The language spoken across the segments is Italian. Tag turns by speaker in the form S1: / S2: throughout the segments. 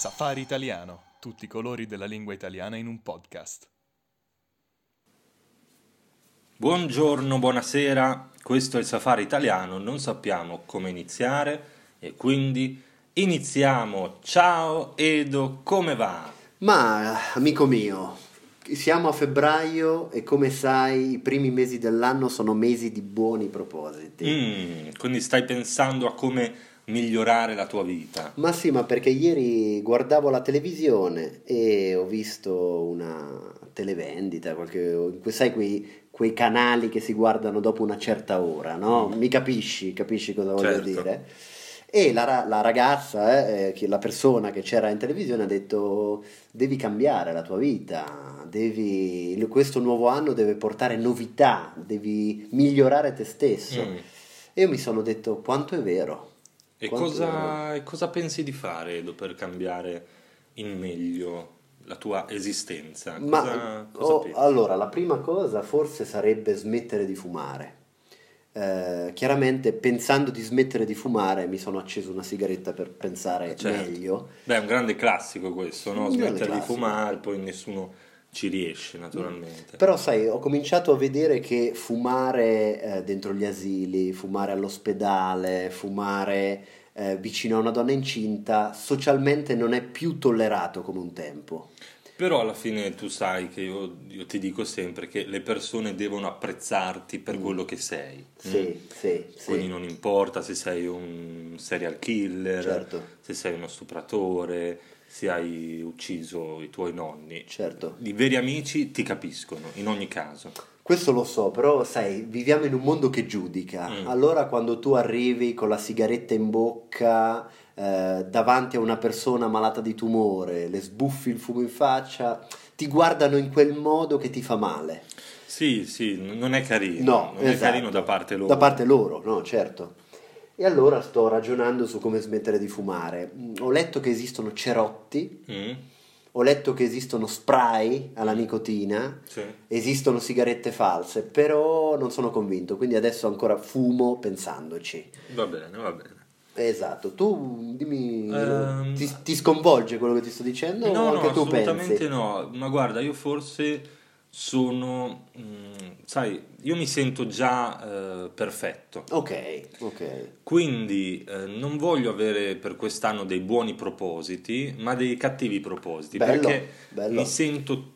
S1: Safari Italiano, tutti i colori della lingua italiana in un podcast.
S2: Buongiorno, buonasera, questo è il Safari Italiano, non sappiamo come iniziare e quindi iniziamo. Ciao Edo, come va?
S3: Ma, amico mio, siamo a febbraio e come sai i primi mesi dell'anno sono mesi di buoni propositi.
S2: Quindi stai pensando a come migliorare la tua vita?
S3: Ma sì, ma perché ieri guardavo la televisione e ho visto una televendita, sai quei canali che si guardano dopo una certa ora, no? Mi capisci cosa voglio
S2: Certo.
S3: dire? E la ragazza, la persona che c'era in televisione ha detto: devi cambiare la tua vita, questo nuovo anno deve portare novità, devi migliorare te stesso. E io mi sono detto: quanto è vero.
S2: E cosa pensi di fare, Edo, per cambiare in meglio la tua esistenza? Cosa pensi?
S3: Allora, la prima cosa forse sarebbe smettere di fumare. Chiaramente, pensando di smettere di fumare, mi sono acceso una sigaretta per pensare
S2: Certo.
S3: meglio.
S2: Beh, è un grande classico questo, no?
S3: Un grande
S2: Smettere di
S3: classico.
S2: fumare, poi nessuno ci riesce, naturalmente.
S3: Però sai, ho cominciato a vedere che fumare dentro gli asili, fumare all'ospedale, fumare vicino a una donna incinta, socialmente non è più tollerato come un tempo.
S2: Però alla fine tu sai che io ti dico sempre che le persone devono apprezzarti per quello che sei.
S3: Sì, sì,
S2: Quindi
S3: sì.
S2: non importa se sei un serial killer,
S3: Certo.
S2: se sei uno stupratore, se hai ucciso i tuoi nonni.
S3: Certo.
S2: I veri amici ti capiscono, in ogni caso.
S3: Questo lo so, però sai, viviamo in un mondo che giudica. Allora quando tu arrivi con la sigaretta in bocca davanti a una persona malata di tumore, le sbuffi il fumo in faccia, ti guardano in quel modo che ti fa male.
S2: Sì, non è carino.
S3: No,
S2: non è
S3: esatto.
S2: carino da parte loro.
S3: Da parte loro, no, certo. E allora sto ragionando su come smettere di fumare. Ho letto che esistono cerotti,
S2: Mm,
S3: ho letto che esistono spray alla nicotina,
S2: sì.
S3: esistono sigarette false, però non sono convinto, quindi adesso ancora fumo pensandoci.
S2: Va bene.
S3: Esatto, tu dimmi,
S2: Ehm,
S3: ti sconvolge quello che ti sto dicendo o
S2: No,
S3: anche tu
S2: assolutamente
S3: pensi?
S2: no. Ma guarda, io forse sono, sai, io mi sento già perfetto.
S3: Ok.
S2: Quindi non voglio avere per quest'anno dei buoni propositi, ma dei cattivi propositi,
S3: Bello,
S2: perché
S3: bello.
S2: mi sento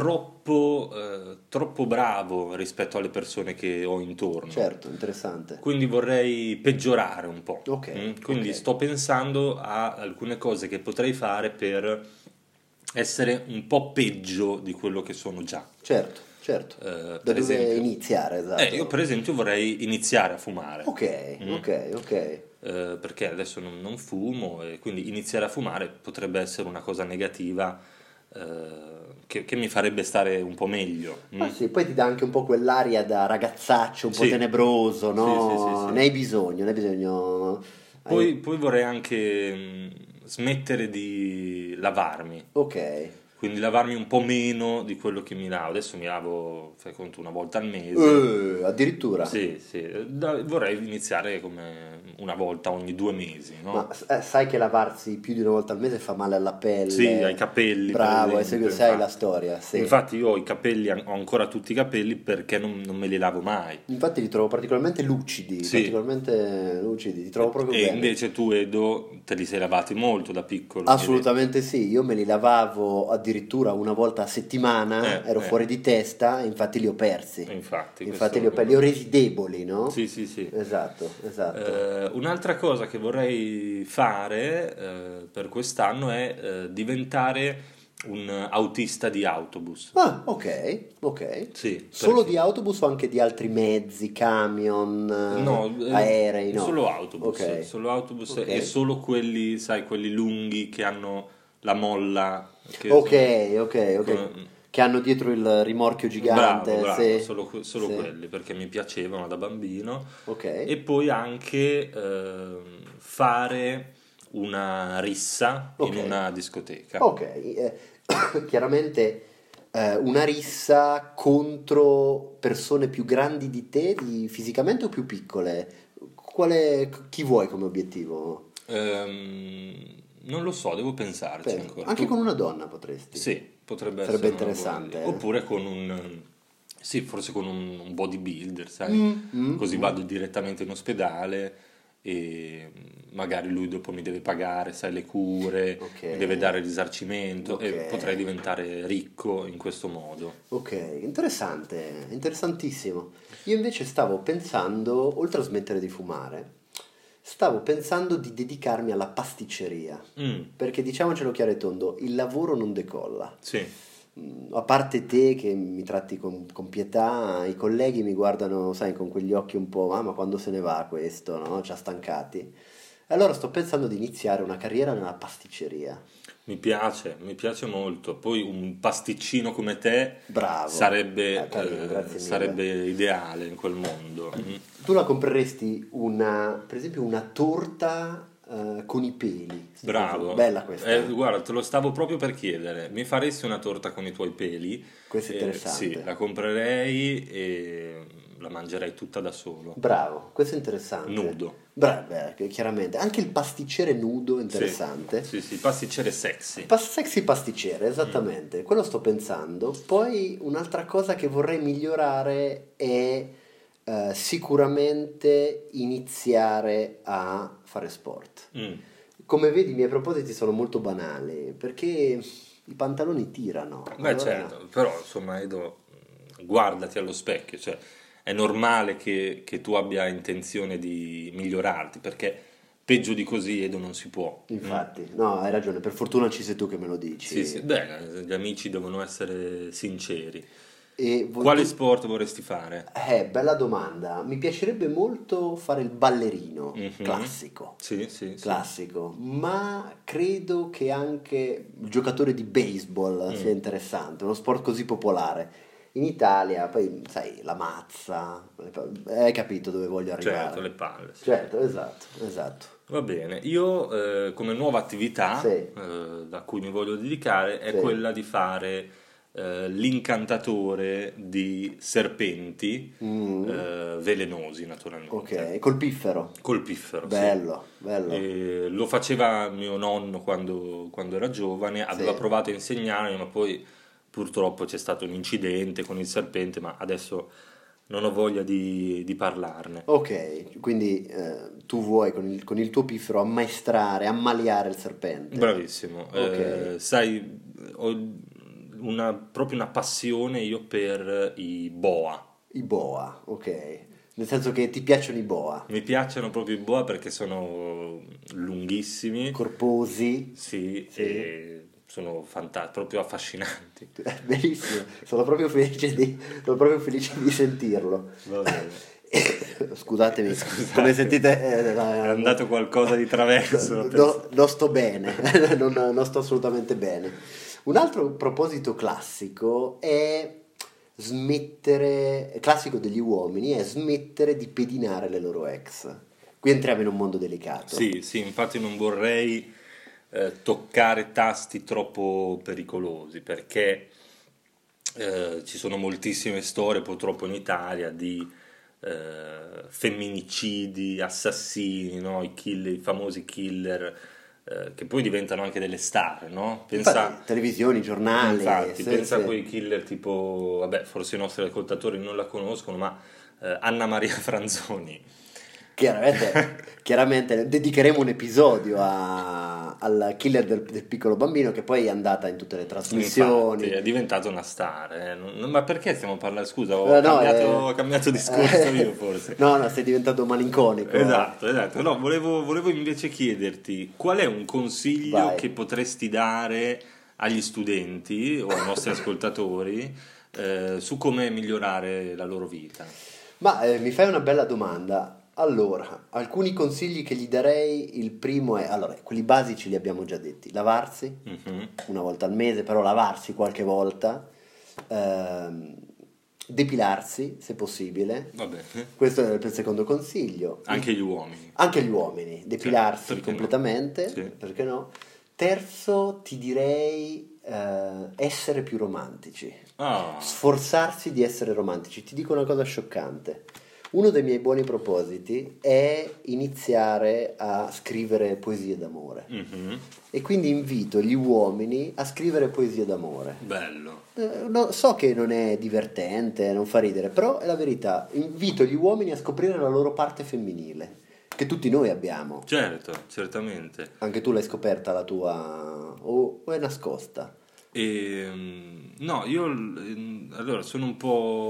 S2: troppo bravo rispetto alle persone che ho intorno.
S3: Certo, interessante.
S2: Quindi vorrei peggiorare un po'.
S3: Ok,
S2: Quindi
S3: ok.
S2: sto pensando a alcune cose che potrei fare per essere un po' peggio di quello che sono già.
S3: Certo.
S2: Per
S3: Da dove
S2: esempio,
S3: iniziare, esatto.
S2: io per esempio vorrei iniziare a fumare.
S3: Ok.
S2: Perché adesso non fumo e quindi iniziare a fumare potrebbe essere una cosa negativa che mi farebbe stare un po' meglio.
S3: Ma sì, poi ti dà anche un po' quell'aria da ragazzaccio, un po'
S2: Sì.
S3: tenebroso, no?
S2: Sì.
S3: Ne hai bisogno.
S2: Poi vorrei anche smettere di lavarmi,
S3: Ok.
S2: quindi lavarmi un po' meno di quello che mi lavo. Adesso mi lavo, fai conto, una volta al mese.
S3: Addirittura.
S2: Sì. Vorrei iniziare come una volta ogni 2 mesi, no?
S3: Ma sai che lavarsi più di una volta al mese fa male alla pelle?
S2: Sì, ai capelli, per
S3: Bravo,
S2: esempio,
S3: sai la
S2: infatti.
S3: storia, sì.
S2: Infatti io ho i capelli, ho ancora tutti i capelli perché non me li lavo mai.
S3: Infatti li trovo particolarmente lucidi,
S2: Sì.
S3: ti trovo proprio
S2: E
S3: bene.
S2: invece tu, Edo, te li sei lavati molto da piccolo.
S3: Assolutamente sì, io me li lavavo addirittura una volta a settimana, ero fuori di testa e infatti li ho persi.
S2: Infatti
S3: Li ho resi deboli, no?
S2: Sì.
S3: Esatto.
S2: Un'altra cosa che vorrei fare per quest'anno è diventare un autista di autobus.
S3: Ah, ok.
S2: Sì,
S3: Solo
S2: perché-
S3: di autobus o anche di altri mezzi, camion,
S2: No,
S3: aerei, no?
S2: solo autobus,
S3: Ok.
S2: solo autobus
S3: Ok.
S2: e solo quelli, sai, quelli lunghi che hanno la molla.
S3: Ok.
S2: Con-
S3: Che hanno dietro il rimorchio gigante,
S2: Bravo,
S3: sì.
S2: solo
S3: Sì.
S2: quelli perché mi piacevano da bambino.
S3: Ok.
S2: E poi anche fare una rissa
S3: Ok.
S2: in una discoteca.
S3: Ok, chiaramente una rissa contro persone più grandi di te, fisicamente o più piccole? Chi vuoi come obiettivo?
S2: Non lo so, devo pensarci ancora.
S3: Anche
S2: Tu-
S3: con una donna potresti.
S2: Sì, potrebbe
S3: Sarebbe
S2: essere una buona
S3: interessante,
S2: idea.
S3: eh.
S2: Oppure con sì, forse con un bodybuilder, sai? Così vado direttamente in ospedale e magari lui dopo mi deve pagare, sai, le cure,
S3: Ok.
S2: mi deve dare il risarcimento e
S3: Ok.
S2: potrei diventare ricco in questo modo.
S3: Ok, interessante, interessantissimo. Io invece stavo pensando, oltre a smettere di fumare, stavo pensando di dedicarmi alla pasticceria. Perché diciamocelo chiaro e tondo, il lavoro non decolla.
S2: Sì,
S3: A parte te che mi tratti con pietà, i colleghi mi guardano, sai, con quegli occhi un po', ma quando se ne va questo, no? Ci ha stancati. E allora sto pensando di iniziare una carriera nella pasticceria.
S2: mi piace molto. Poi un pasticcino come te
S3: Bravo.
S2: sarebbe,
S3: Carino, grazie mille.
S2: sarebbe ideale in quel mondo.
S3: Tu la compreresti per esempio una torta con i peli.
S2: Bravo.
S3: Bella questa.
S2: Guarda, te lo stavo proprio per chiedere. Mi faresti una torta con i tuoi peli?
S3: Questo è interessante.
S2: Sì, la comprerei e la mangerei tutta da solo.
S3: Bravo, questo è interessante.
S2: Nudo.
S3: Bravo, chiaramente. Anche il pasticcere nudo è
S2: Sì,
S3: interessante.
S2: sì, pasticcere sexy.
S3: Sexy pasticcere, esattamente, quello sto pensando. Poi un'altra cosa che vorrei migliorare è sicuramente iniziare a fare sport.
S2: Mm.
S3: Come vedi, i miei propositi sono molto banali, perché i pantaloni tirano.
S2: Beh,
S3: Allora-
S2: certo, però insomma, Edo, guardati allo specchio, cioè è normale che tu abbia intenzione di migliorarti, perché peggio di così, Edo, non si può.
S3: Infatti, no, hai ragione, per fortuna ci sei tu che me lo dici.
S2: Sì, sì, beh, gli amici devono essere sinceri.
S3: E
S2: Quale sport vorresti fare?
S3: Bella domanda. Mi piacerebbe molto fare il ballerino,
S2: Mhm.
S3: classico.
S2: Sì, sì, sì.
S3: Classico, ma credo che anche il giocatore di baseball sia interessante, uno sport così popolare. In Italia, poi sai, la mazza, hai capito dove voglio arrivare.
S2: Certo, le palle. Sì.
S3: Certo, esatto.
S2: Va bene, io come nuova attività
S3: Sì.
S2: da cui mi voglio dedicare è
S3: Sì.
S2: quella di fare l'incantatore di serpenti velenosi, naturalmente.
S3: Ok, col piffero.
S2: Col piffero, sì.
S3: Bello.
S2: E lo faceva mio nonno quando era giovane, aveva
S3: Sì.
S2: provato a insegnarmi, ma poi purtroppo c'è stato un incidente con il serpente, ma adesso non ho voglia di parlarne.
S3: Ok, quindi tu vuoi con il tuo piffero ammaliare il serpente.
S2: Bravissimo.
S3: Ok.
S2: Sai, ho proprio una passione io per i boa.
S3: I boa, ok. Nel senso che ti piacciono i boa,
S2: Mi piacciono proprio i boa perché sono lunghissimi,
S3: corposi.
S2: sì, e sono proprio affascinanti.
S3: Bellissimo, sono proprio felice di sentirlo.
S2: Va bene.
S3: Scusatemi, come sentite
S2: È andato qualcosa di traverso.
S3: non sto bene, non sto assolutamente bene. Un altro proposito classico classico degli uomini, è smettere di pedinare le loro ex. Qui entriamo in un mondo delicato.
S2: Sì, infatti non vorrei toccare tasti troppo pericolosi perché ci sono moltissime storie purtroppo in Italia di femminicidi, assassini, no? I famosi killer che poi diventano anche delle star, no?
S3: Infatti, televisioni, giornali.
S2: Infatti,
S3: sì,
S2: pensa
S3: sì.
S2: a quei killer tipo, vabbè, forse i nostri ascoltatori non la conoscono, ma Anna Maria Franzoni.
S3: Chiaramente dedicheremo un episodio al killer del piccolo bambino, che poi è andata in tutte le trasmissioni.
S2: Infatti, è diventata una star. Ma perché stiamo parlando? Scusa, ho
S3: No,
S2: cambiato discorso io forse.
S3: No, sei diventato malinconico.
S2: Esatto. No, volevo invece chiederti qual è un consiglio
S3: Vai.
S2: che potresti dare agli studenti o ai nostri ascoltatori su come migliorare la loro vita.
S3: Ma mi fai una bella domanda. Allora, alcuni consigli che gli darei, il primo è, allora, quelli basici li abbiamo già detti, lavarsi
S2: Mhm.
S3: una volta al mese, però lavarsi qualche volta, depilarsi se possibile,
S2: Va bene.
S3: questo è il secondo consiglio.
S2: Anche gli uomini.
S3: Anche gli uomini, depilarsi
S2: perché no?
S3: completamente,
S2: Sì.
S3: perché no? Terzo, ti direi essere più romantici,
S2: Ah,
S3: sforzarsi di essere romantici. Ti dico una cosa scioccante. Uno dei miei buoni propositi è iniziare a scrivere poesie d'amore.
S2: Mhm.
S3: E quindi invito gli uomini a scrivere poesie d'amore.
S2: Bello.
S3: So che non è divertente, non fa ridere, però è la verità. Invito gli uomini a scoprire la loro parte femminile, che tutti noi abbiamo.
S2: Certo, certamente.
S3: Anche tu l'hai scoperta la tua, o è nascosta?
S2: No, io allora sono un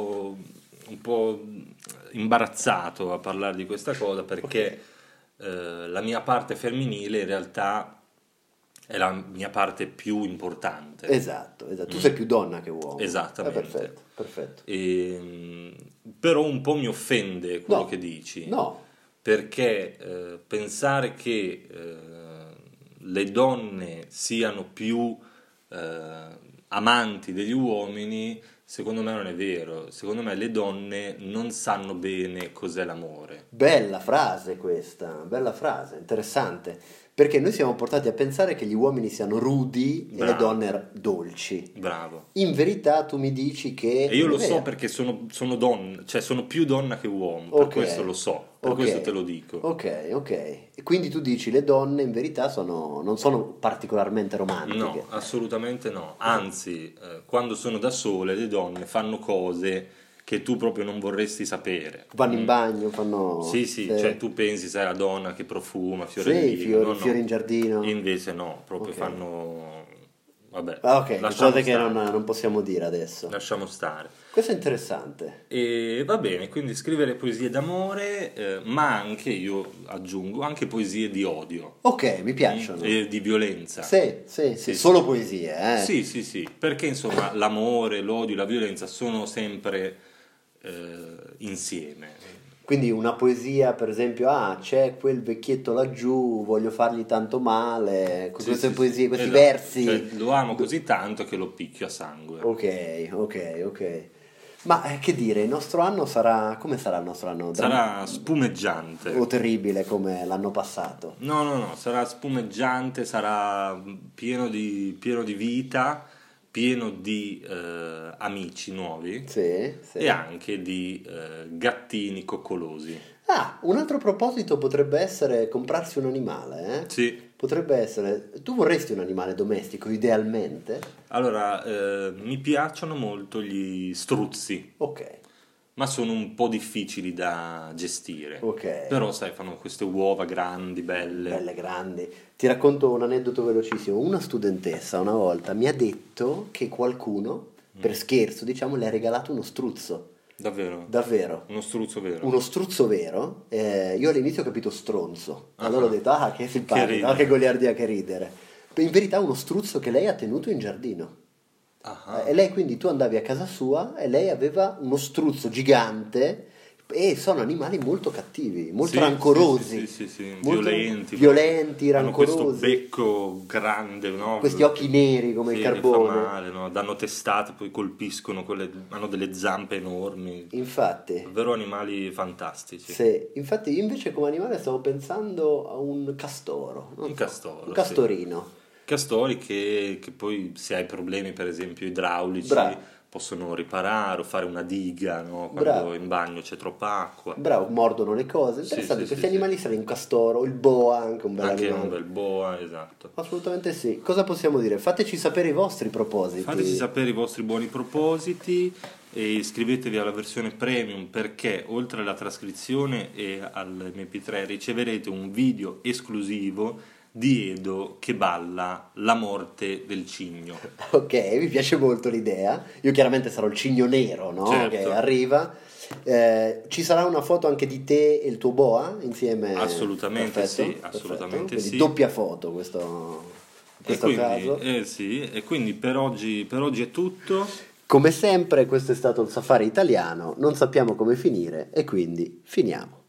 S2: po' imbarazzato a parlare di questa cosa perché la mia parte femminile in realtà è la mia parte più importante.
S3: Esatto. Tu sei più donna che uomo.
S2: Esattamente.
S3: Perfetto.
S2: Però un po' mi offende quello
S3: No,
S2: che dici.
S3: No,
S2: Perché pensare che le donne siano più amanti degli uomini, secondo me non è vero. Secondo me le donne non sanno bene cos'è l'amore.
S3: bella frase questa, bella frase, interessante. Perché noi siamo portati a pensare che gli uomini siano rudi e le
S2: Bravo.
S3: donne dolci.
S2: Bravo.
S3: In verità tu mi dici che...
S2: E io lo
S3: non è
S2: so
S3: vero.
S2: perché sono donna, cioè sono più donna che uomo, per
S3: Ok.
S2: questo lo so, per
S3: Ok.
S2: questo te lo dico.
S3: Ok. E quindi tu dici le donne in verità non sono particolarmente romantiche.
S2: No, assolutamente no. Anzi, quando sono da sole le donne fanno cose che tu proprio non vorresti sapere.
S3: Vanno in bagno, fanno...
S2: Sì, cioè tu pensi, sai, la donna che profuma,
S3: Sì,
S2: fiorellini.
S3: fiori in giardino.
S2: Invece no, proprio
S3: Ok.
S2: fanno... Vabbè,
S3: Ah, ok,
S2: lasciamo
S3: cose che
S2: stare.
S3: non possiamo dire adesso.
S2: Lasciamo stare.
S3: Questo è interessante.
S2: E va bene, quindi scrivere poesie d'amore, ma anche, io aggiungo, anche poesie di odio
S3: Ok, mi piacciono.
S2: e di violenza.
S3: Sì, solo poesie, eh.
S2: Sì, perché insomma l'amore, l'odio, la violenza sono sempre insieme.
S3: Quindi una poesia, per esempio, c'è quel vecchietto laggiù, voglio fargli tanto male, queste poesie, questi
S2: esatto.
S3: versi.
S2: Cioè, lo amo così tanto che lo picchio a sangue.
S3: Ok. Ma che dire, il nostro anno sarà... Come sarà il nostro anno?
S2: Sarà spumeggiante.
S3: O terribile come l'anno passato?
S2: No, sarà spumeggiante, sarà pieno di vita, pieno di amici nuovi
S3: Sì.
S2: e anche di gattini coccolosi.
S3: Un altro proposito potrebbe essere comprarsi un animale, eh?
S2: Sì.
S3: Potrebbe essere... Tu vorresti un animale domestico, idealmente?
S2: Allora, mi piacciono molto gli struzzi,
S3: Ok.
S2: ma sono un po' difficili da gestire.
S3: Ok.
S2: Però, sai, fanno queste uova grandi,
S3: Belle grandi. Ti racconto un aneddoto velocissimo. Una studentessa una volta mi ha detto che qualcuno, per scherzo, diciamo, le ha regalato uno struzzo.
S2: Davvero?
S3: Davvero.
S2: Uno struzzo vero?
S3: Uno struzzo vero. Io all'inizio ho capito stronzo. Allora ho detto, che
S2: Che
S3: simpatico,
S2: ridere.
S3: che goliardia, che ridere. In verità uno struzzo che lei ha tenuto in giardino.
S2: Ah.
S3: E lei, quindi tu andavi a casa sua e lei aveva uno struzzo gigante e sono animali molto cattivi, molto
S2: Sì,
S3: rancorosi,
S2: sì.
S3: molto
S2: Violenti,
S3: rancorosi,
S2: hanno questo becco grande, no?
S3: questi occhi neri come
S2: Sì,
S3: il
S2: che
S3: carbone.
S2: fa male, no? Danno testate, poi colpiscono, hanno delle zampe enormi.
S3: Infatti,
S2: Davvero animali fantastici.
S3: sì. Infatti io invece come animale stavo pensando a un castoro, non
S2: Un
S3: so,
S2: castoro,
S3: un castorino.
S2: Castori che poi se hai problemi per esempio idraulici
S3: Bravo.
S2: possono riparare o fare una diga, no? Quando
S3: Bravo.
S2: in bagno c'è troppa acqua.
S3: Bravo, mordono le cose. Interessante,
S2: sì,
S3: questi
S2: sì.
S3: animali sarebbero un castoro, il boa, anche un bel
S2: Anche
S3: animale.
S2: un bel boa, esatto.
S3: Assolutamente sì. Cosa possiamo dire? Fateci sapere i vostri propositi.
S2: Fateci sapere i vostri buoni propositi e iscrivetevi alla versione premium perché oltre alla trascrizione e all'MP3 riceverete un video esclusivo di Edo che balla La morte del cigno.
S3: Ok, mi piace molto l'idea. Io chiaramente sarò il cigno nero, no?
S2: Certo.
S3: Che arriva. Ci sarà una foto anche di te e il tuo boa insieme?
S2: Assolutamente
S3: Perfetto,
S2: sì, assolutamente
S3: Quindi
S2: sì.
S3: doppia foto questo, in questo caso.
S2: E quindi per oggi è tutto.
S3: Come sempre questo è stato il Safari Italiano, non sappiamo come finire e quindi finiamo.